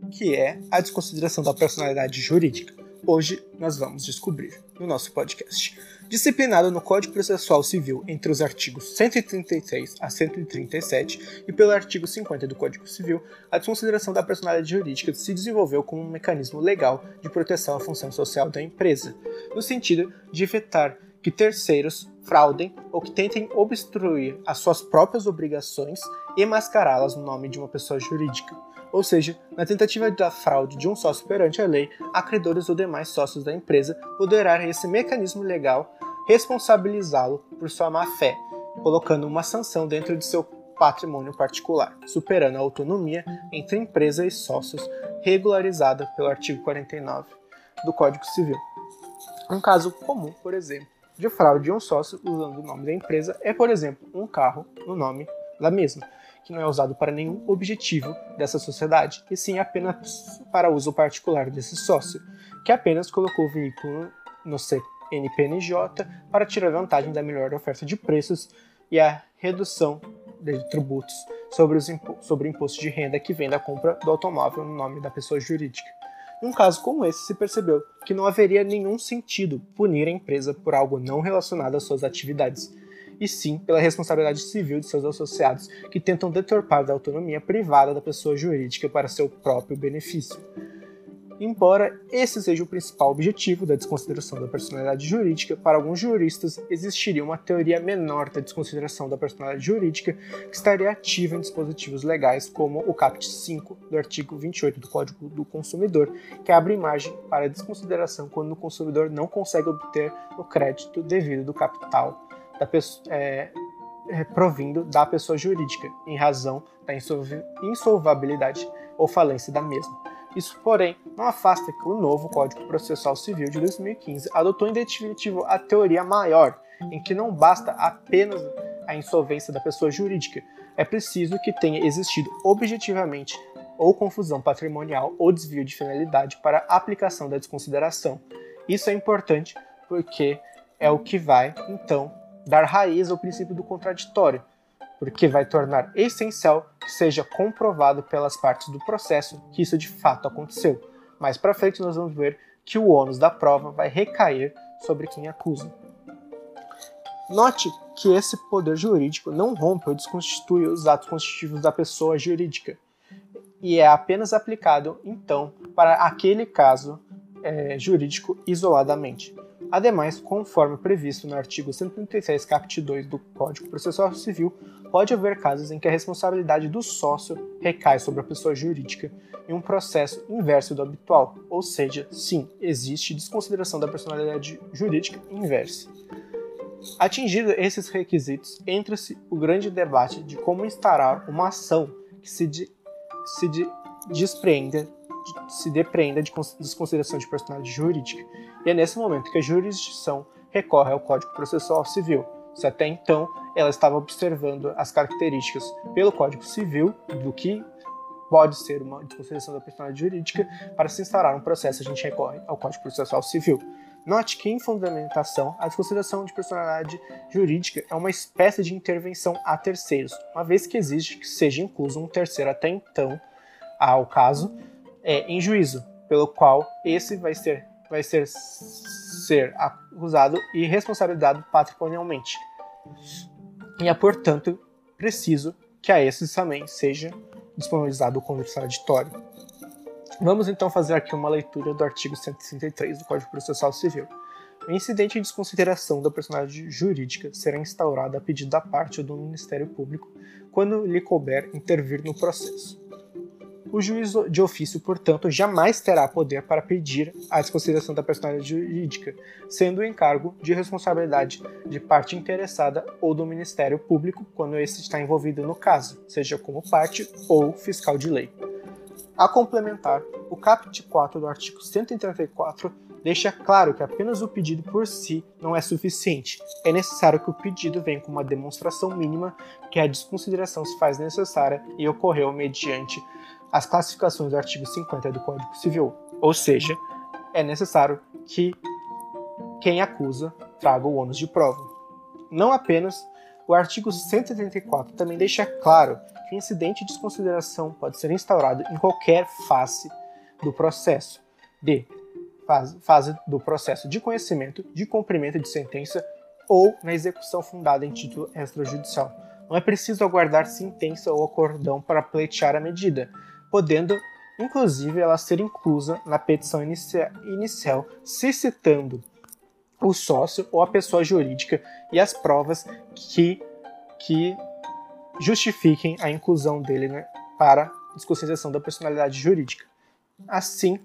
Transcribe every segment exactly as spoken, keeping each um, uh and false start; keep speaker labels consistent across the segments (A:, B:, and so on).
A: que é a desconsideração da personalidade jurídica? Hoje nós vamos descobrir no nosso podcast. Disciplinado no Código Processual Civil entre os artigos cento e trinta e três a cento e trinta e sete e pelo artigo cinquenta do Código Civil, a desconsideração da personalidade jurídica se desenvolveu como um mecanismo legal de proteção à função social da empresa, no sentido de evitar que terceiros fraudem ou que tentem obstruir as suas próprias obrigações e mascará-las no nome de uma pessoa jurídica. Ou seja, na tentativa da fraude de um sócio perante a lei, acreedores ou demais sócios da empresa poderá esse mecanismo legal responsabilizá-lo por sua má-fé, colocando uma sanção dentro de seu patrimônio particular, superando a autonomia entre empresa e sócios regularizada pelo artigo quarenta e nove do Código Civil. Um caso comum, por exemplo, de fraude de um sócio usando o nome da empresa é, por exemplo, um carro no nome da mesma, que não é usado para nenhum objetivo dessa sociedade, e sim apenas para uso particular desse sócio, que apenas colocou o veículo no C N P N J para tirar vantagem da melhor oferta de preços e a redução de tributos sobre, os impo- sobre o imposto de renda que vem da compra do automóvel no nome da pessoa jurídica. Num caso como esse, se percebeu que não haveria nenhum sentido punir a empresa por algo não relacionado às suas atividades, e sim pela responsabilidade civil de seus associados que tentam deturpar da autonomia privada da pessoa jurídica para seu próprio benefício. Embora esse seja o principal objetivo da desconsideração da personalidade jurídica, para alguns juristas existiria uma teoria menor da desconsideração da personalidade jurídica que estaria ativa em dispositivos legais como o caput cinco do artigo vinte e oito do Código do Consumidor, que abre margem para a desconsideração quando o consumidor não consegue obter o crédito devido do capital da pessoa, é, é, provindo da pessoa jurídica, em razão da insolv- insolvabilidade ou falência da mesma. Isso, porém, não afasta que o novo Código Processual Civil de dois mil e quinze adotou em definitivo a teoria maior, em que não basta apenas a insolvência da pessoa jurídica, é preciso que tenha existido objetivamente ou confusão patrimonial ou desvio de finalidade para a aplicação da desconsideração. Isso é importante porque é o que vai, então, dar raiz ao princípio do contraditório, porque vai tornar essencial que seja comprovado pelas partes do processo que isso de fato aconteceu. Mais para frente nós vamos ver que o ônus da prova vai recair sobre quem acusa. Note que esse poder jurídico não rompe ou desconstitui os atos constitutivos da pessoa jurídica e é apenas aplicado, então, para aquele caso é, jurídico isoladamente. Ademais, conforme previsto no artigo cento e trinta e seis, caput dois do Código Processual Civil, pode haver casos em que a responsabilidade do sócio recai sobre a pessoa jurídica em um processo inverso do habitual, ou seja, sim, existe desconsideração da personalidade jurídica inversa. Atingidos esses requisitos, entra-se o grande debate de como instaurar uma ação que se, de, se de, despreenda, de, se depreenda de desconsideração de personalidade jurídica, e é nesse momento que a jurisdição recorre ao Código Processual Civil. Se até então ela estava observando as características pelo Código Civil do que pode ser uma desconsideração da personalidade jurídica, para se instaurar um processo a gente recorre ao Código Processual Civil. Note que em fundamentação a desconsideração de personalidade jurídica é uma espécie de intervenção a terceiros, uma vez que exige que seja incluso um terceiro até então ao caso é, em juízo, pelo qual esse vai ser vai ser, ser acusado e responsabilizado patrimonialmente. E é, portanto, preciso que a esses também seja disponibilizado o contraditório. Vamos então fazer aqui uma leitura do artigo cento e sessenta e três do Código Processual Civil. O incidente de desconsideração da personalidade jurídica será instaurado a pedido da parte ou do Ministério Público quando lhe couber intervir no processo. O juiz de ofício, portanto, jamais terá poder para pedir a desconsideração da personalidade jurídica, sendo o encargo de responsabilidade de parte interessada ou do Ministério Público quando esse está envolvido no caso, seja como parte ou fiscal de lei. A complementar, o caput quatro do artigo cento e trinta e quatro deixa claro que apenas o pedido por si não é suficiente. É necessário que o pedido venha com uma demonstração mínima que a desconsideração se faz necessária e ocorreu mediante as classificações do artigo cinquenta do Código Civil, ou seja, é necessário que quem acusa traga o ônus de prova. Não apenas, o artigo cento e trinta e quatro também deixa claro que o incidente de desconsideração pode ser instaurado em qualquer face do processo. D. Fase, fase do processo de conhecimento, de cumprimento de sentença ou na execução fundada em título extrajudicial. Não é preciso aguardar sentença ou acordão para pleitear a medida, podendo, inclusive, ela ser inclusa na petição inicia- inicial, se citando o sócio ou a pessoa jurídica e as provas que, que justifiquem a inclusão dele, né, para desconsideração da personalidade jurídica. Assim,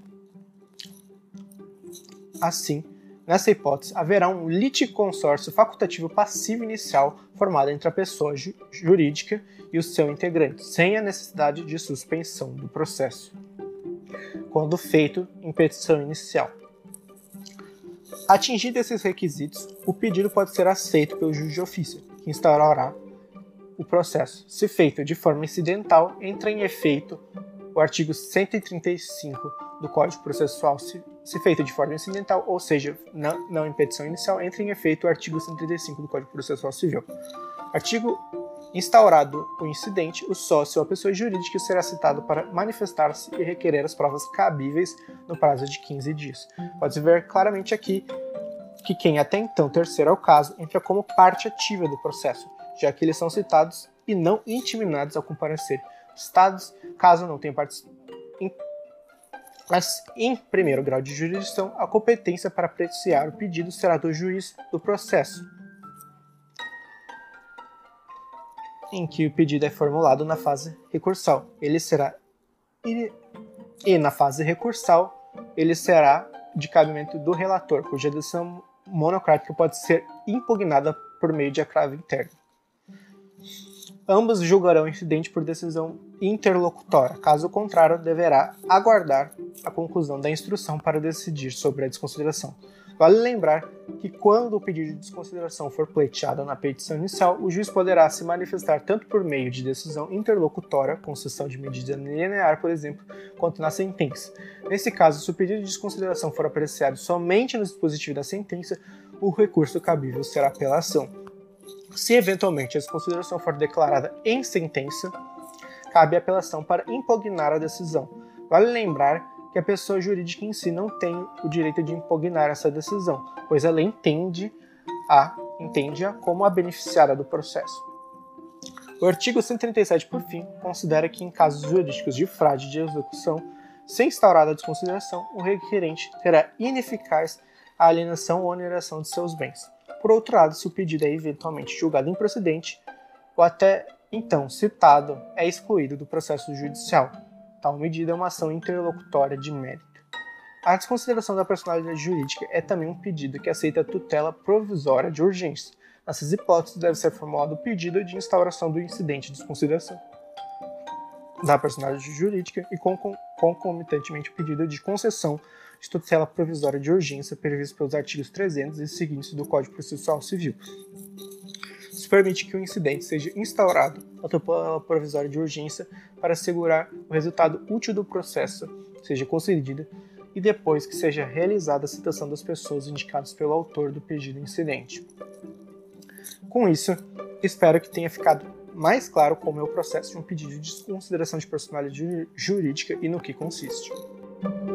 A: assim, nessa hipótese, haverá um litisconsórcio facultativo passivo inicial formado entre a pessoa ju- jurídica e o seu integrante, sem a necessidade de suspensão do processo, quando feito em petição inicial. Atingidos esses requisitos, o pedido pode ser aceito pelo juiz de ofício, que instaurará o processo. Se feito de forma incidental, entra em efeito o artigo cento e trinta e cinco do Código Processual. Se, se feito de forma incidental, ou seja, não, não em petição inicial, entra em efeito o artigo cento e trinta e cinco do Código Processual Civil. Artigo instaurado o incidente, o sócio ou a pessoa jurídica será citado para manifestar-se e requerer as provas cabíveis no prazo de quinze dias. Pode-se ver claramente aqui que quem até então terceiro é o caso entra como parte ativa do processo, já que eles são citados e não intiminados ao comparecer. Citados, caso não tenham participação. Mas, em primeiro grau de jurisdição, a competência para apreciar o pedido será do juiz do processo, em que o pedido é formulado na fase recursal. Ele será e, e na fase recursal, ele será de cabimento do relator, cuja decisão monocrática pode ser impugnada por meio de agravo interno. Ambos julgarão o incidente por decisão interlocutória. Caso contrário, deverá aguardar a conclusão da instrução para decidir sobre a desconsideração. Vale lembrar que quando o pedido de desconsideração for pleiteado na petição inicial, o juiz poderá se manifestar tanto por meio de decisão interlocutória, concessão de medida linear, por exemplo, quanto na sentença. Nesse caso, se o pedido de desconsideração for apreciado somente no dispositivo da sentença, o recurso cabível será apelação. Se eventualmente a desconsideração for declarada em sentença, cabe a apelação para impugnar a decisão. Vale lembrar que a pessoa jurídica em si não tem o direito de impugnar essa decisão, pois ela entende a entende-a como a beneficiária do processo. O artigo cento e trinta e sete, por fim, considera que em casos jurídicos de fraude de execução, sem instaurada a desconsideração, o requerente terá ineficaz a alienação ou oneração de seus bens. Por outro lado, se o pedido é eventualmente julgado improcedente, o até então citado é excluído do processo judicial. Tal medida é uma ação interlocutória de mérito. A desconsideração da personalidade jurídica é também um pedido que aceita a tutela provisória de urgência. Nessas hipóteses, deve ser formulado o pedido de instauração do incidente de desconsideração da personalidade jurídica e concomitantemente o pedido de concessão de tutela provisória de urgência previsto pelos artigos trezentos e seguintes do Código Processual Civil. Isso permite que o incidente seja instaurado a tutela provisória de urgência para assegurar o resultado útil do processo seja concedida e depois que seja realizada a citação das pessoas indicadas pelo autor do pedido incidente. Com isso, espero que tenha ficado mais claro como é o processo de um pedido de desconsideração de personalidade jurídica e no que consiste.